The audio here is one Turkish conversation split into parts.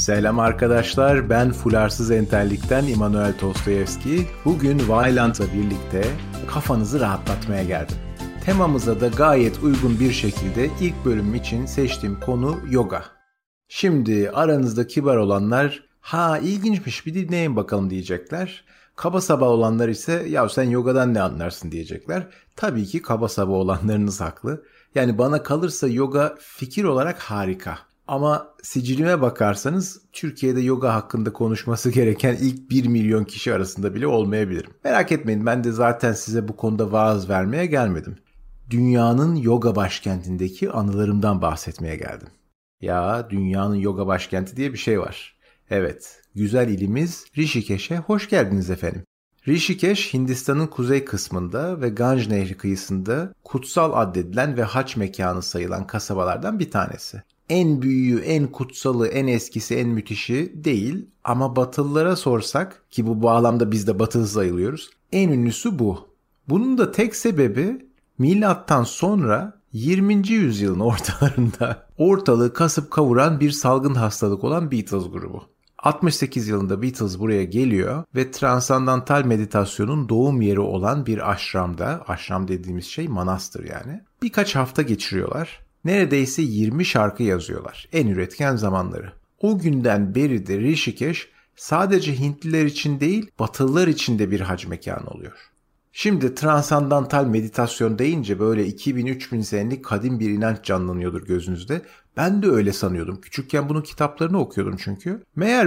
Selam arkadaşlar, ben Fularsız Entellik'ten İmanuel Tostoyevski. Bugün Vailant'la birlikte kafanızı rahatlatmaya geldim. Temamıza da gayet uygun bir şekilde ilk bölüm için seçtiğim konu yoga. Şimdi aranızda kibar olanlar, ilginçmiş bir dinleyin bakalım diyecekler. Kaba saba olanlar ise ya sen yogadan ne anlarsın diyecekler. Tabii ki kaba saba olanlarınız haklı. Yani bana kalırsa yoga fikir olarak harika. Ama sicilime bakarsanız Türkiye'de yoga hakkında konuşması gereken ilk 1 milyon kişi arasında bile olmayabilirim. Merak etmeyin, ben de zaten size bu konuda vaaz vermeye gelmedim. Dünyanın yoga başkentindeki anılarımdan bahsetmeye geldim. Ya dünyanın yoga başkenti diye bir şey var. Evet, güzel ilimiz Rishikesh'e hoş geldiniz efendim. Rishikesh, Hindistan'ın kuzey kısmında ve Ganj Nehri kıyısında kutsal addedilen ve hac mekanı sayılan kasabalardan bir tanesi. En büyüğü, en kutsalı, en eskisi, en müthişi değil ama Batılılara sorsak, ki bu bağlamda biz de Batılı sayılıyoruz, en ünlüsü bu. Bunun da tek sebebi milattan sonra 20. yüzyılın ortalarında ortalığı kasıp kavuran bir salgın hastalık olan Beatles grubu. 68 yılında Beatles buraya geliyor ve transandantal meditasyonun doğum yeri olan bir aşramda, aşram dediğimiz şey manastır yani, birkaç hafta geçiriyorlar. Neredeyse 20 şarkı yazıyorlar. En üretken zamanları. O günden beri de Rishikesh sadece Hintliler için değil, Batılılar için de bir hac mekanı oluyor. Şimdi transandantal meditasyon deyince böyle 2000-3000 senelik kadim bir inanç canlanıyordur gözünüzde. Ben de öyle sanıyordum. Küçükken bunun kitaplarını okuyordum çünkü. Meğer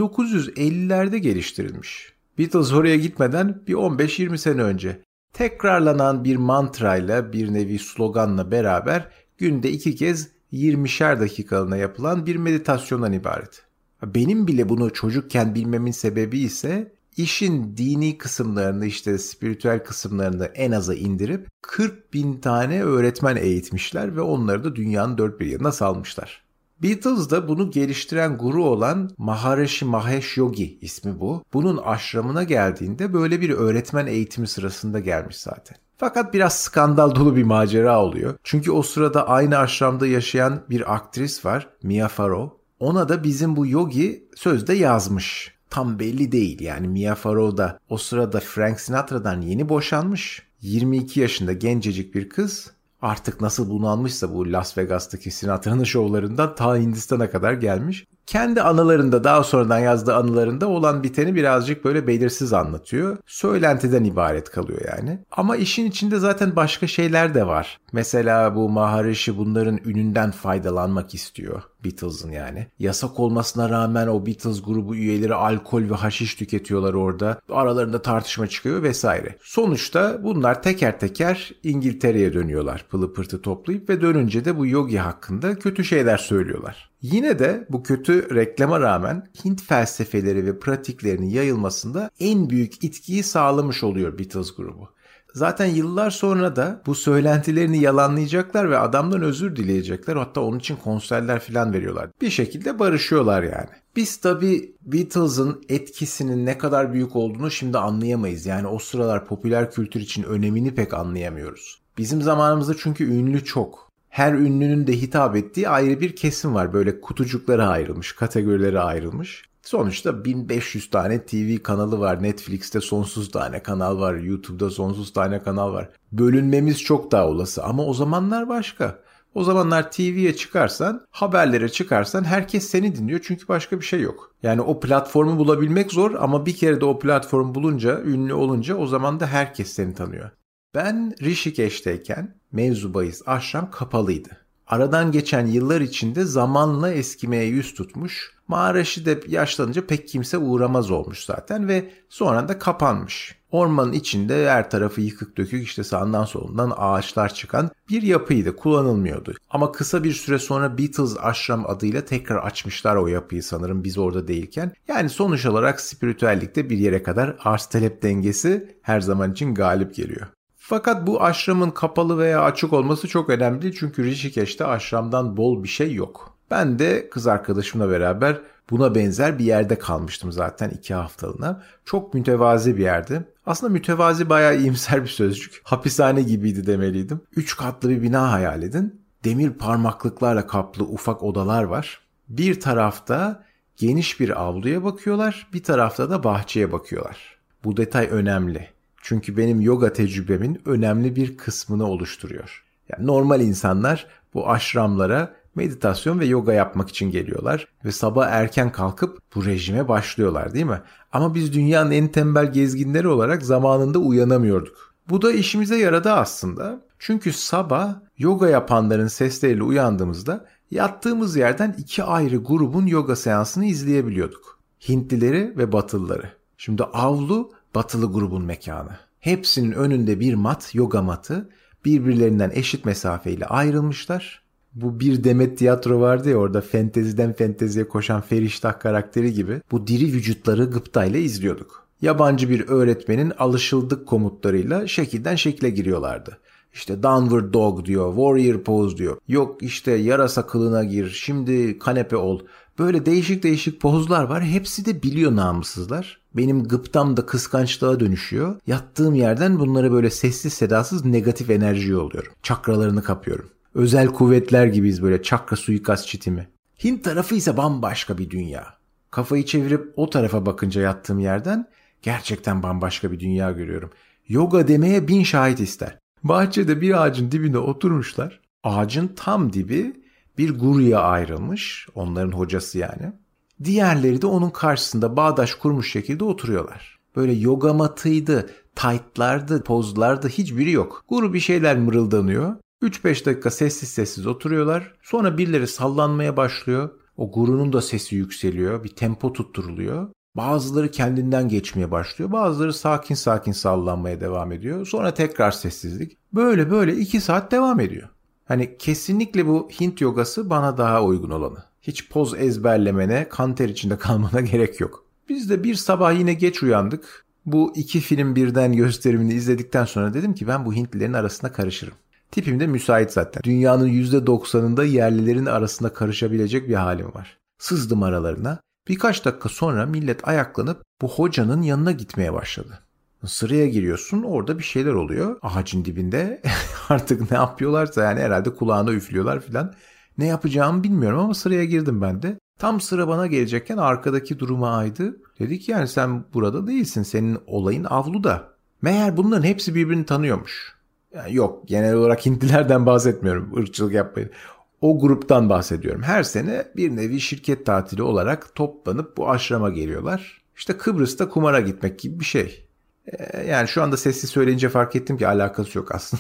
1950'lerde geliştirilmiş. Beatles oraya gitmeden bir 15-20 sene önce. Tekrarlanan bir mantrayla, bir nevi sloganla beraber günde 2 kez 20'şer dakikalığına yapılan bir meditasyondan ibaret. Benim bile bunu çocukken bilmemin sebebi ise işin dini kısımlarını, işte spiritüel kısımlarını en aza indirip 40.000 tane öğretmen eğitmişler ve onları da dünyanın dört bir yanına salmışlar. Beatles'da bunu geliştiren guru olan Maharishi Mahesh Yogi ismi bu. Bunun aşramına geldiğinde böyle bir öğretmen eğitimi sırasında gelmiş zaten. Fakat biraz skandal dolu bir macera oluyor. Çünkü o sırada aynı aşramda yaşayan bir aktris var, Mia Farrow. Ona da bizim bu yogi sözde yazmış. Tam belli değil yani. Mia Farrow da o sırada Frank Sinatra'dan yeni boşanmış. 22 yaşında gencecik bir kız. Artık nasıl bunalmışsa bu Las Vegas'taki Sinatra'nın şovlarından ta Hindistan'a kadar gelmiş. Kendi anılarında, daha sonradan yazdığı anılarında olan biteni birazcık böyle belirsiz anlatıyor. Söylentiden ibaret kalıyor yani. Ama işin içinde zaten başka şeyler de var. Mesela bu Maharishi bunların ününden faydalanmak istiyor. Beatles'ın yani. Yasak olmasına rağmen o Beatles grubu üyeleri alkol ve haşiş tüketiyorlar orada. Aralarında tartışma çıkıyor vesaire. Sonuçta bunlar teker teker İngiltere'ye dönüyorlar pılı pırtı toplayıp ve dönünce de bu yogi hakkında kötü şeyler söylüyorlar. Yine de bu kötü reklama rağmen Hint felsefeleri ve pratiklerinin yayılmasında en büyük itkiyi sağlamış oluyor Beatles grubu. Zaten yıllar sonra da bu söylentilerini yalanlayacaklar ve adamdan özür dileyecekler. Hatta onun için konserler falan veriyorlar. Bir şekilde barışıyorlar yani. Biz tabii Beatles'ın etkisinin ne kadar büyük olduğunu şimdi anlayamayız. Yani o sıralar popüler kültür için önemini pek anlayamıyoruz. Bizim zamanımızda çünkü ünlü çok. Her ünlünün de hitap ettiği ayrı bir kesim var. Böyle kutucuklara ayrılmış, kategorilere ayrılmış. Sonuçta 1500 tane TV kanalı var. Netflix'te sonsuz tane kanal var. YouTube'da sonsuz tane kanal var. Bölünmemiz çok daha olası ama o zamanlar başka. O zamanlar TV'ye çıkarsan, haberlere çıkarsan herkes seni dinliyor çünkü başka bir şey yok. Yani o platformu bulabilmek zor ama bir kere de o platformu bulunca, ünlü olunca o zaman da herkes seni tanıyor. Ben Rishikesh'teyken mevzu bahis aşram kapalıydı. Aradan geçen yıllar içinde zamanla eskimeye yüz tutmuş, Maharishi de yaşlanınca pek kimse uğramaz olmuş zaten ve sonra da kapanmış. Ormanın içinde her tarafı yıkık dökük, işte sağından solundan ağaçlar çıkan bir yapıydı, kullanılmıyordu. Ama kısa bir süre sonra Beatles Ashram adıyla tekrar açmışlar o yapıyı sanırım biz orada değilken. Yani sonuç olarak spiritüellikte bir yere kadar arz talep dengesi her zaman için galip geliyor. Fakat bu aşramın kapalı veya açık olması çok önemli değil çünkü Rishikesh'te aşramdan bol bir şey yok. Ben de kız arkadaşımla beraber buna benzer bir yerde kalmıştım zaten 2 haftalığına. Çok mütevazi bir yerdi. Aslında mütevazi bayağı iyimser bir sözcük. Hapishane gibiydi demeliydim. 3 katlı bir bina hayal edin. Demir parmaklıklarla kaplı ufak odalar var. Bir tarafta Geniş bir avluya bakıyorlar, bir tarafta da bahçeye bakıyorlar. Bu detay önemli. Çünkü benim yoga tecrübemin önemli bir kısmını oluşturuyor. Yani normal insanlar bu aşramlara meditasyon ve yoga yapmak için geliyorlar ve sabah erken kalkıp bu rejime başlıyorlar, değil mi? Ama biz dünyanın en tembel gezginleri olarak zamanında uyanamıyorduk. Bu da işimize yaradı aslında. Çünkü sabah yoga yapanların sesleriyle uyandığımızda yattığımız yerden 2 ayrı grubun yoga seansını izleyebiliyorduk. Hintlileri ve Batılıları. Şimdi avlu Batılı grubun mekanı. Hepsinin önünde bir mat, yoga matı, birbirlerinden eşit mesafeyle ayrılmışlar. Bu Bir Demet Tiyatro vardı ya, orada fenteziden fenteziye koşan Feriştah karakteri gibi bu diri vücutları gıptayla izliyorduk. Yabancı bir öğretmenin alışıldık komutlarıyla şekilden şekile giriyorlardı. İşte downward dog diyor, warrior pose diyor. Yok işte yarasa kılığına gir, şimdi kanepe ol. Böyle değişik değişik pozlar var. Hepsi de biliyor namussuzlar. Benim gıptam da kıskançlığa dönüşüyor. Yattığım yerden bunlara böyle sessiz sedasız negatif enerji yolluyorum. Çakralarını kapıyorum. Özel kuvvetler gibiyiz, böyle çakra suikast çitimi. Hint tarafı ise bambaşka bir dünya. Kafayı çevirip o tarafa bakınca yattığım yerden gerçekten bambaşka bir dünya görüyorum. Yoga demeye 1000 şahit ister. Bahçede bir ağacın dibine oturmuşlar. Ağacın tam dibi bir guruya ayrılmış. Onların hocası yani. Diğerleri de onun karşısında bağdaş kurmuş şekilde oturuyorlar. Böyle yoga matıydı, tight'lardı, pozlardı, hiçbiri yok. Guru bir şeyler mırıldanıyor. 3-5 dakika sessiz sessiz oturuyorlar. Sonra birileri sallanmaya başlıyor. O gurunun da sesi yükseliyor. Bir tempo tutturuluyor. Bazıları kendinden geçmeye başlıyor. Bazıları sakin sakin sallanmaya devam ediyor. Sonra tekrar sessizlik. Böyle 2 saat devam ediyor. Hani kesinlikle bu Hint yogası bana daha uygun olanı. Hiç poz ezberlemene, kan ter içinde kalmana gerek yok. Biz de bir sabah yine geç uyandık. Bu 2 film birden gösterimini izledikten sonra dedim ki ben bu Hintlilerin arasına karışırım. Tipim de müsait zaten. Dünyanın %90'ında yerlilerin arasında karışabilecek bir halim var. Sızdım aralarına. Birkaç dakika sonra millet ayaklanıp bu hocanın yanına gitmeye başladı. Sıraya giriyorsun, orada bir şeyler oluyor ağacın dibinde. Artık ne yapıyorlarsa yani herhalde kulağına üflüyorlar filan. Ne yapacağımı bilmiyorum ama sıraya girdim ben de. Tam sıra bana gelecekken arkadaki duruma aydı. Dedik yani sen burada değilsin, senin olayın avluda. Meğer bunların hepsi birbirini tanıyormuş. Yani yok, genel olarak Hintlilerden bahsetmiyorum, ırkçılık yapmayın. O gruptan bahsediyorum. Her sene bir nevi şirket tatili olarak toplanıp bu aşrama geliyorlar. İşte Kıbrıs'ta kumara gitmek gibi bir şey. Yani şu anda sessiz söyleyince fark ettim ki alakası yok aslında.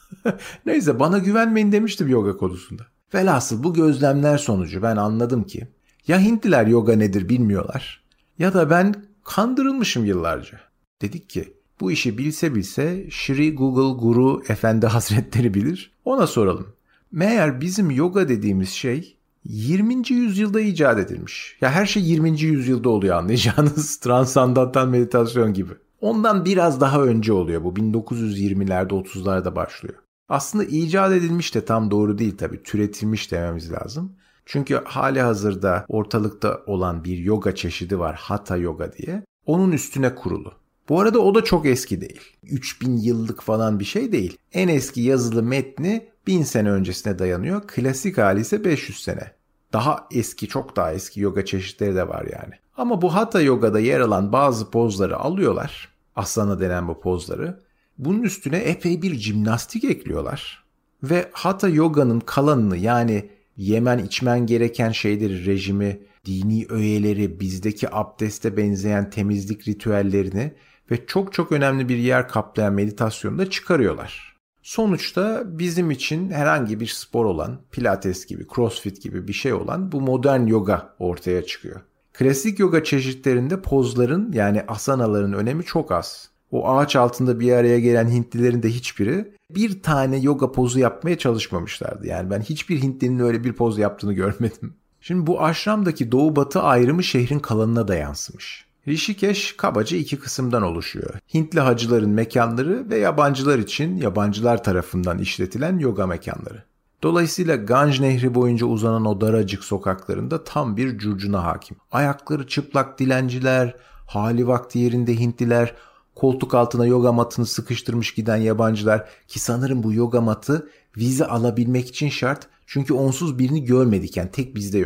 Neyse, bana güvenmeyin demiştim yoga konusunda. Velhasıl bu gözlemler sonucu ben anladım ki ya Hintliler yoga nedir bilmiyorlar ya da ben kandırılmışım yıllarca. Dedik ki bu işi bilse bilse Shri Google Guru Efendi Hazretleri bilir, ona soralım. Meğer bizim yoga dediğimiz şey 20. yüzyılda icat edilmiş. Ya her şey 20. yüzyılda oluyor, anlayacağınız. Transandantal meditasyon gibi. Ondan biraz daha önce oluyor bu. 1920'lerde 30'larda başlıyor. Aslında icat edilmiş de tam doğru değil tabii. Türetilmiş dememiz lazım. Çünkü hali hazırda ortalıkta olan bir yoga çeşidi var, Hatha yoga diye. Onun üstüne kurulu. Bu arada o da çok eski değil. 3000 yıllık falan bir şey değil. En eski yazılı metni 1000 sene öncesine dayanıyor. Klasik hali ise 500 sene. Daha eski, çok daha eski yoga çeşitleri de var yani. Ama bu Hatha yogada yer alan bazı pozları alıyorlar. Asana denen bu pozları. Bunun üstüne epey bir jimnastik ekliyorlar. Ve Hatha yoganın kalanını, yani yemen içmen gereken şeyleri, rejimi, dini öğeleri, bizdeki abdeste benzeyen temizlik ritüellerini ve çok çok önemli bir yer kaplayan meditasyonu da çıkarıyorlar. Sonuçta bizim için herhangi bir spor olan, pilates gibi, crossfit gibi bir şey olan bu modern yoga ortaya çıkıyor. Klasik yoga çeşitlerinde pozların, yani asanaların önemi çok az. O ağaç altında bir araya gelen Hintlilerin de hiçbiri bir tane yoga pozu yapmaya çalışmamışlardı. Yani ben hiçbir Hintlinin öyle bir poz yaptığını görmedim. Şimdi bu aşramdaki doğu batı ayrımı şehrin kalanına da yansımış. Rishikesh kabaca 2 kısımdan oluşuyor. Hintli hacıların mekanları ve yabancılar için yabancılar tarafından işletilen yoga mekanları. Dolayısıyla Ganj Nehri boyunca uzanan o daracık sokaklarında tam bir curcuna hakim. Ayakları çıplak dilenciler, hali vakti yerinde Hintliler, koltuk altına yoga matını sıkıştırmış giden yabancılar, ki sanırım bu yoga matı vize alabilmek için şart, çünkü onsuz birini görmedik, yani tek bizde yoktu.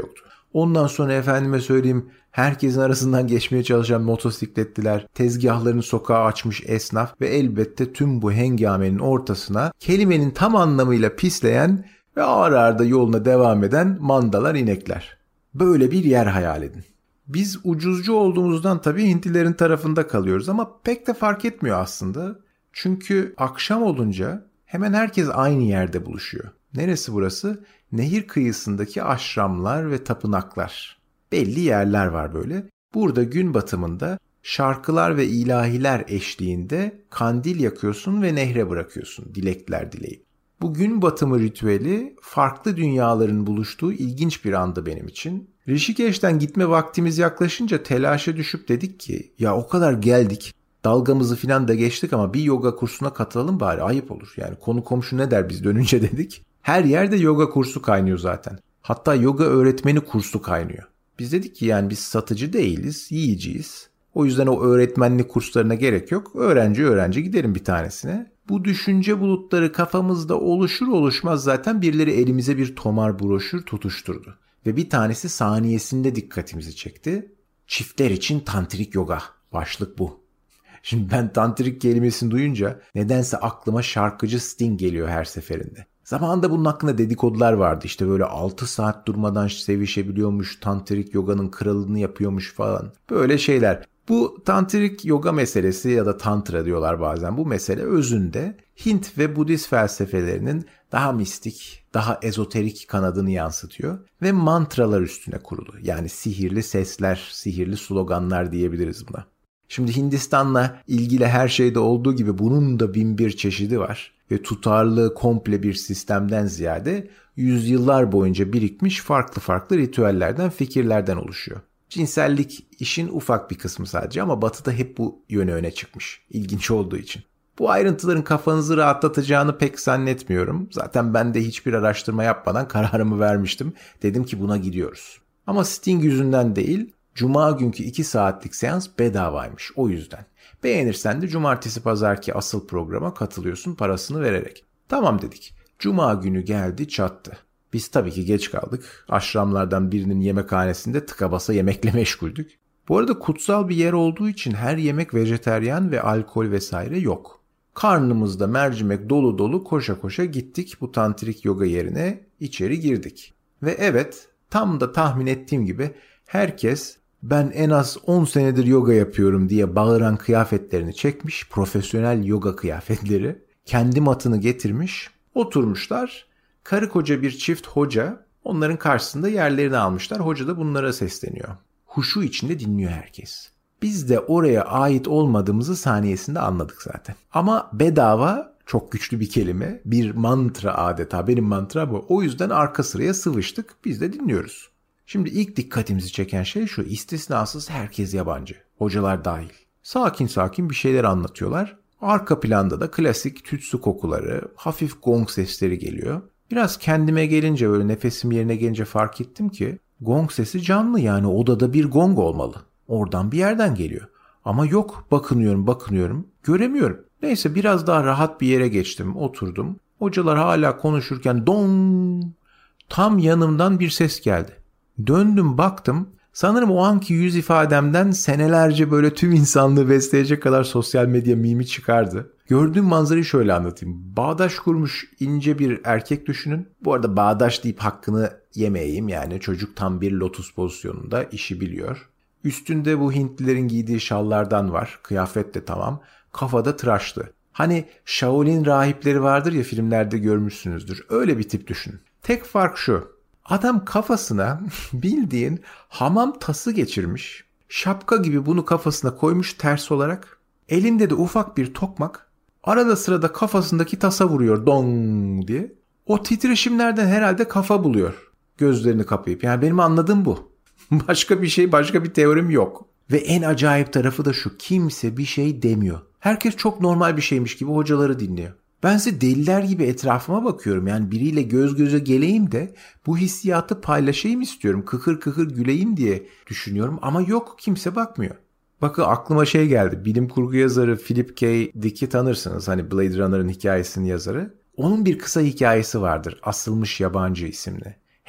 Ondan sonra efendime söyleyeyim herkesin arasından geçmeye çalışan motosikletliler, tezgahlarını sokağa açmış esnaf ve elbette tüm bu hengamenin ortasına kelimenin tam anlamıyla pisleyen ve ağır ağır da yoluna devam eden mandalar, inekler. Böyle bir yer hayal edin. Biz ucuzcu olduğumuzdan tabii Hintlilerin tarafında kalıyoruz ama pek de fark etmiyor aslında. Çünkü akşam olunca hemen herkes aynı yerde buluşuyor. Neresi burası? Nehir kıyısındaki aşramlar ve tapınaklar. Belli yerler var böyle. Burada gün batımında şarkılar ve ilahiler eşliğinde kandil yakıyorsun ve nehre bırakıyorsun dilekler dileyip. Bu gün batımı ritüeli farklı dünyaların buluştuğu ilginç bir andı benim için. Rişikeş'ten gitme vaktimiz yaklaşınca telaşa düşüp dedik ki ya o kadar geldik, dalgamızı filan da geçtik ama bir yoga kursuna katılalım bari, ayıp olur. Yani konu komşu ne der biz dönünce dedik. Her yerde yoga kursu kaynıyor zaten. Hatta yoga öğretmeni kursu kaynıyor. Biz dedik ki yani biz satıcı değiliz, yiyiciyiz. O yüzden o öğretmenlik kurslarına gerek yok. Öğrenci gidelim bir tanesine. Bu düşünce bulutları kafamızda oluşur oluşmaz zaten birileri elimize bir tomar broşür tutuşturdu. Ve bir tanesi saniyesinde dikkatimizi çekti. Çiftler için tantrik yoga. Başlık bu. Şimdi ben tantrik kelimesini duyunca nedense aklıma şarkıcı Sting geliyor her seferinde. Zamanında bunun hakkında dedikodular vardı. İşte böyle 6 saat durmadan sevişebiliyormuş, tantrik yoganın kralını yapıyormuş falan. Böyle şeyler. Bu tantrik yoga meselesi ya da tantra diyorlar bazen. Bu mesele özünde Hint ve Budist felsefelerinin daha mistik, daha ezoterik kanadını yansıtıyor ve mantralar üstüne kurulu. Yani sihirli sesler, sihirli sloganlar diyebiliriz buna. Şimdi Hindistan'la ilgili her şeyde olduğu gibi bunun da bin bir çeşidi var. Ve tutarlı komple bir sistemden ziyade yüzyıllar boyunca birikmiş farklı ritüellerden, fikirlerden oluşuyor. Cinsellik işin ufak bir kısmı sadece ama Batı'da hep bu yöne öne çıkmış. İlginç olduğu için. Bu ayrıntıların kafanızı rahatlatacağını pek zannetmiyorum. Zaten ben de hiçbir araştırma yapmadan kararımı vermiştim. Dedim ki buna gidiyoruz. Ama Sting yüzünden değil, Cuma günkü 2 saatlik seans bedavaymış o yüzden. Beğenirsen de cumartesi pazarki asıl programa katılıyorsun parasını vererek. Tamam dedik. Cuma günü geldi çattı. Biz tabii ki geç kaldık. Aşramlardan birinin yemekhanesinde tıka basa yemekle meşguldük. Bu arada kutsal bir yer olduğu için her yemek vejeteryan ve alkol vesaire yok. Karnımızda mercimek dolu dolu koşa koşa gittik bu tantrik yoga yerine, içeri girdik. Ve evet, tam da tahmin ettiğim gibi herkes ben en az 10 senedir yoga yapıyorum diye bağıran kıyafetlerini çekmiş, profesyonel yoga kıyafetleri, kendi matını getirmiş, oturmuşlar. Karı koca bir çift hoca onların karşısında yerlerini almışlar. Hoca da bunlara sesleniyor. Huşu içinde dinliyor herkes. Biz de oraya ait olmadığımızı saniyesinde anladık zaten. Ama bedava çok güçlü bir kelime. Bir mantra adeta. Benim mantra bu. O yüzden arka sıraya sıvıştık. Biz de dinliyoruz. Şimdi ilk dikkatimizi çeken şey şu. İstisnasız herkes yabancı. Hocalar dahil. Sakin sakin bir şeyler anlatıyorlar. Arka planda da klasik tütsü kokuları, hafif gong sesleri geliyor. Biraz kendime gelince böyle nefesim yerine gelince fark ettim ki gong sesi canlı, yani odada bir gong olmalı. Oradan bir yerden geliyor. Ama yok, bakınıyorum göremiyorum. Neyse biraz daha rahat bir yere geçtim, oturdum. Hocalar hala konuşurken dong tam yanımdan bir ses geldi. Döndüm baktım. Sanırım o anki yüz ifademden senelerce böyle tüm insanlığı besleyecek kadar sosyal medya mimi çıkardı. Gördüğüm manzarayı şöyle anlatayım. Bağdaş kurmuş ince bir erkek düşünün. Bu arada bağdaş deyip hakkını yemeyeyim, yani çocuk tam bir lotus pozisyonunda, işi biliyor. Üstünde bu Hintlilerin giydiği şallardan var. Kıyafet de tamam. Kafada tıraşlı. Hani Shaolin rahipleri vardır ya, filmlerde görmüşsünüzdür. Öyle bir tip düşünün. Tek fark şu. Adam kafasına bildiğin hamam tası geçirmiş. Şapka gibi bunu kafasına koymuş ters olarak. Elinde de ufak bir tokmak. Arada sırada kafasındaki tasa vuruyor dong diye. O titreşimlerden herhalde kafa buluyor. Gözlerini kapayıp. Yani benim anladığım bu. Başka bir teorim yok. Ve en acayip tarafı da şu. Kimse bir şey demiyor. Herkes çok normal bir şeymiş gibi hocaları dinliyor. Bense deliler gibi etrafıma bakıyorum. Yani biriyle göz göze geleyim de bu hissiyatı paylaşayım istiyorum. Kıkır kıkır güleyim diye düşünüyorum. Ama yok, kimse bakmıyor. Bakın aklıma şey geldi. Bilim kurgu yazarı Philip K. Dick'i tanırsınız. Hani Blade Runner'ın hikayesinin yazarı. Onun bir kısa hikayesi vardır. Asılmış Yabancı isimli.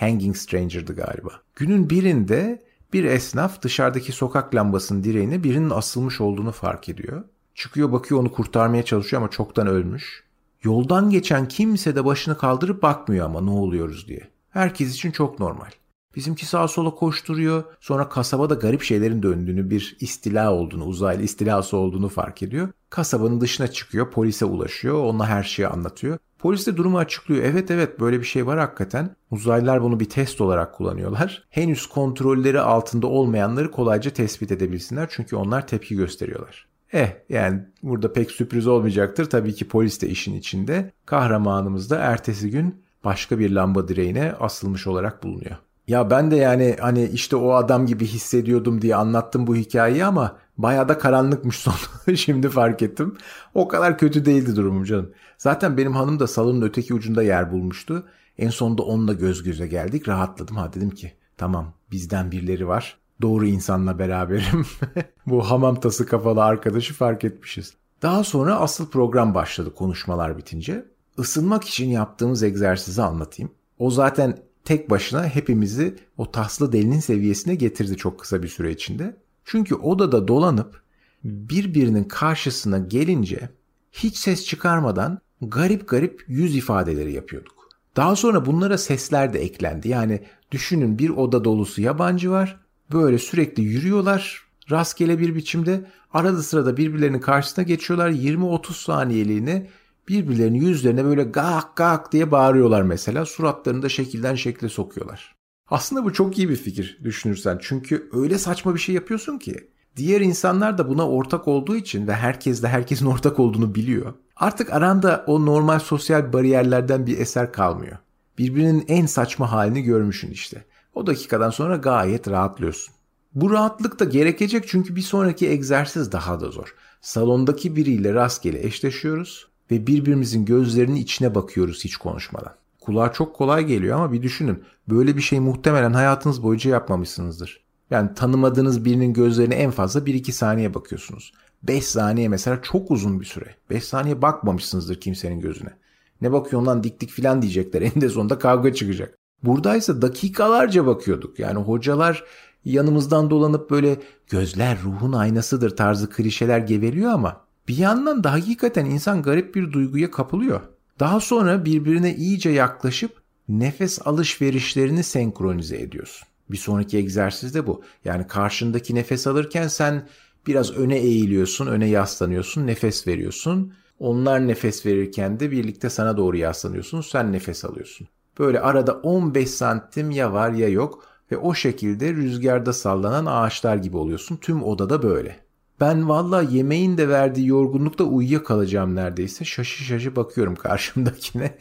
Hanging Stranger'dı galiba. Günün birinde bir esnaf dışarıdaki sokak lambasının direğine birinin asılmış olduğunu fark ediyor. Çıkıyor, bakıyor, onu kurtarmaya çalışıyor ama çoktan ölmüş. Yoldan geçen kimse de başını kaldırıp bakmıyor ama ne oluyoruz diye. Herkes için çok normal. Bizimki sağa sola koşturuyor. Sonra kasabada garip şeylerin döndüğünü, bir istila olduğunu, uzaylı istilası olduğunu fark ediyor. Kasabanın dışına çıkıyor, polise ulaşıyor, ona her şeyi anlatıyor. Polis de durumu açıklıyor. Evet böyle bir şey var hakikaten. Uzaylılar bunu bir test olarak kullanıyorlar. Henüz kontrolleri altında olmayanları kolayca tespit edebilsinler çünkü onlar tepki gösteriyorlar. Yani burada pek sürpriz olmayacaktır. Tabii ki polis de işin içinde. Kahramanımız da ertesi gün başka bir lamba direğine asılmış olarak bulunuyor. Ya ben de yani hani işte o adam gibi hissediyordum diye anlattım bu hikayeyi ama bayağı da karanlıkmış sonu. Şimdi fark ettim. O kadar kötü değildi durumum canım. Zaten benim hanım da salonun öteki ucunda yer bulmuştu. En sonunda onunla göz göze geldik. Rahatladım. Dedim ki tamam, bizden birileri var. Doğru insanla beraberim. Bu hamam tası kafalı arkadaşı fark etmişiz. Daha sonra asıl program başladı konuşmalar bitince. Isınmak için yaptığımız egzersizi anlatayım. O zaten tek başına hepimizi o taslı delinin seviyesine getirdi çok kısa bir süre içinde. Çünkü odada dolanıp birbirinin karşısına gelince hiç ses çıkarmadan garip garip yüz ifadeleri yapıyorduk. Daha sonra bunlara sesler de eklendi. Yani düşünün, bir oda dolusu yabancı var. Böyle sürekli yürüyorlar rastgele bir biçimde. Arada sırada birbirlerinin karşısına geçiyorlar. 20-30 saniyeliğine birbirlerinin yüzlerine böyle gak gak diye bağırıyorlar mesela. Suratlarını da şekilden şekle sokuyorlar. Aslında bu çok iyi bir fikir düşünürsen. Çünkü öyle saçma bir şey yapıyorsun ki. Diğer insanlar da buna ortak olduğu için ve herkes de herkesin ortak olduğunu biliyor. Artık aranda o normal sosyal bariyerlerden bir eser kalmıyor. Birbirinin en saçma halini görmüşsün işte. O dakikadan sonra gayet rahatlıyorsun. Bu rahatlık da gerekecek çünkü bir sonraki egzersiz daha da zor. Salondaki biriyle rastgele eşleşiyoruz ve birbirimizin gözlerinin içine bakıyoruz hiç konuşmadan. Kulağa çok kolay geliyor ama bir düşünün. Böyle bir şey muhtemelen hayatınız boyunca yapmamışsınızdır. Yani tanımadığınız birinin gözlerine en fazla 1-2 saniye bakıyorsunuz. 5 saniye mesela çok uzun bir süre. 5 saniye bakmamışsınızdır kimsenin gözüne. Ne bakıyorsun lan dik dik filan diyecekler. Eninde sonunda kavga çıkacak. Buradaysa dakikalarca bakıyorduk. Yani hocalar yanımızdan dolanıp böyle gözler ruhun aynasıdır tarzı klişeler geveliyor ama bir yandan da hakikaten insan garip bir duyguya kapılıyor. Daha sonra birbirine iyice yaklaşıp nefes alışverişlerini senkronize ediyorsun. Bir sonraki egzersiz de bu. Yani karşındaki nefes alırken sen biraz öne eğiliyorsun, öne yaslanıyorsun, nefes veriyorsun. Onlar nefes verirken de birlikte sana doğru yaslanıyorsun, sen nefes alıyorsun. Böyle arada 15 santim ya var ya yok ve o şekilde rüzgarda sallanan ağaçlar gibi oluyorsun. Tüm odada böyle. Ben valla yemeğin de verdiği yorgunlukta uyuyakalacağım neredeyse. Şaşı bakıyorum karşımdakine.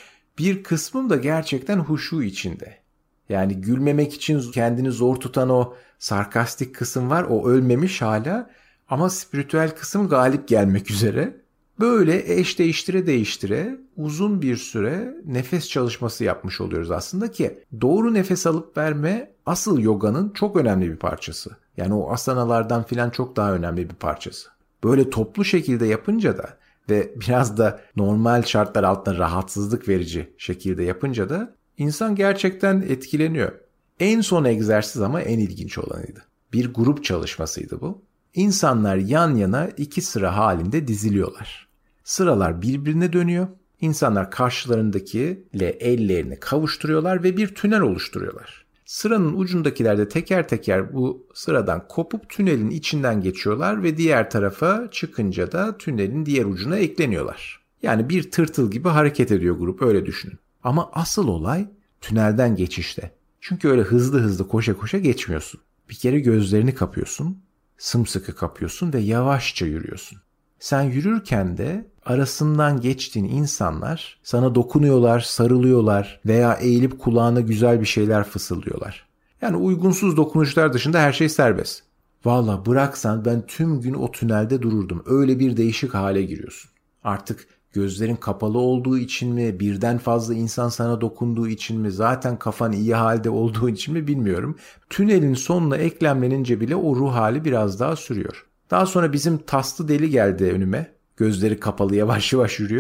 Bir kısmım da gerçekten huşu içinde. Yani gülmemek için kendini zor tutan o sarkastik kısım var. O ölmemiş hala ama spiritüel kısım galip gelmek üzere. Böyle eş değiştire uzun bir süre nefes çalışması yapmış oluyoruz aslında ki doğru nefes alıp verme asıl yoganın çok önemli bir parçası. Yani o asanalardan filan çok daha önemli bir parçası. Böyle toplu şekilde yapınca da ve biraz da normal şartlar altında rahatsızlık verici şekilde yapınca da insan gerçekten etkileniyor. En son egzersiz ama en ilginç olanıydı. Bir grup çalışmasıydı bu. İnsanlar yan yana 2 sıra halinde diziliyorlar. Sıralar birbirine dönüyor. İnsanlar karşılarındakiyle ellerini kavuşturuyorlar ve bir tünel oluşturuyorlar. Sıranın ucundakiler de teker teker bu sıradan kopup tünelin içinden geçiyorlar ve diğer tarafa çıkınca da tünelin diğer ucuna ekleniyorlar. Yani bir tırtıl gibi hareket ediyor grup, öyle düşünün. Ama asıl olay tünelden geçişte. Çünkü öyle hızlı koşa geçmiyorsun. Bir kere gözlerini kapıyorsun, sımsıkı kapıyorsun ve yavaşça yürüyorsun. Sen yürürken de arasından geçtiğin insanlar sana dokunuyorlar, sarılıyorlar veya eğilip kulağına güzel bir şeyler fısıldıyorlar. Yani uygunsuz dokunuşlar dışında her şey serbest. Valla bıraksan ben tüm gün o tünelde dururdum. Öyle bir değişik hale giriyorsun. Artık gözlerin kapalı olduğu için mi, birden fazla insan sana dokunduğu için mi, zaten kafan iyi halde olduğu için mi bilmiyorum. Tünelin sonuna eklemlenince bile o ruh hali biraz daha sürüyor. Daha sonra bizim taslı deli geldi önüme. Gözleri kapalı yavaş yürüyor.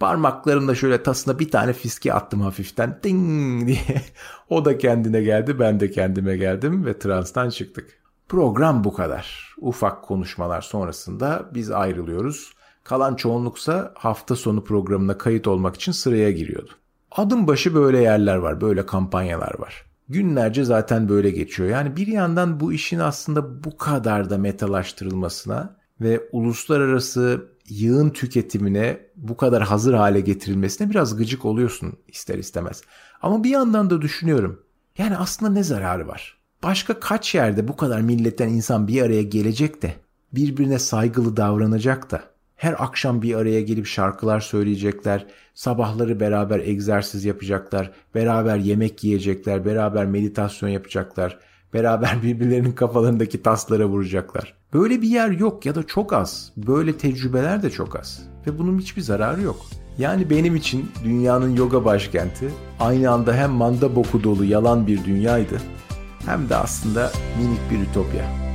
Parmaklarımla şöyle tasına bir tane fiske attım hafiften. Ding diye. O da kendine geldi, ben de kendime geldim ve transtan çıktık. Program bu kadar. Ufak konuşmalar sonrasında biz ayrılıyoruz. Kalan çoğunluksa hafta sonu programına kayıt olmak için sıraya giriyordu. Adım başı böyle yerler var, böyle kampanyalar var. Günlerce zaten böyle geçiyor. Yani bir yandan bu işin aslında bu kadar da metalaştırılmasına ve uluslararası yığın tüketimine bu kadar hazır hale getirilmesine biraz gıcık oluyorsun ister istemez. Ama bir yandan da düşünüyorum. Yani aslında ne zararı var? Başka kaç yerde bu kadar milletten insan bir araya gelecek de birbirine saygılı davranacak da her akşam bir araya gelip şarkılar söyleyecekler, sabahları beraber egzersiz yapacaklar, beraber yemek yiyecekler, beraber meditasyon yapacaklar, beraber birbirlerinin kafalarındaki taslara vuracaklar. Böyle bir yer yok ya da çok az. Böyle tecrübeler de çok az. Ve bunun hiçbir zararı yok. Yani benim için dünyanın yoga başkenti aynı anda hem manda boku dolu yalan bir dünyaydı hem de aslında minik bir ütopya.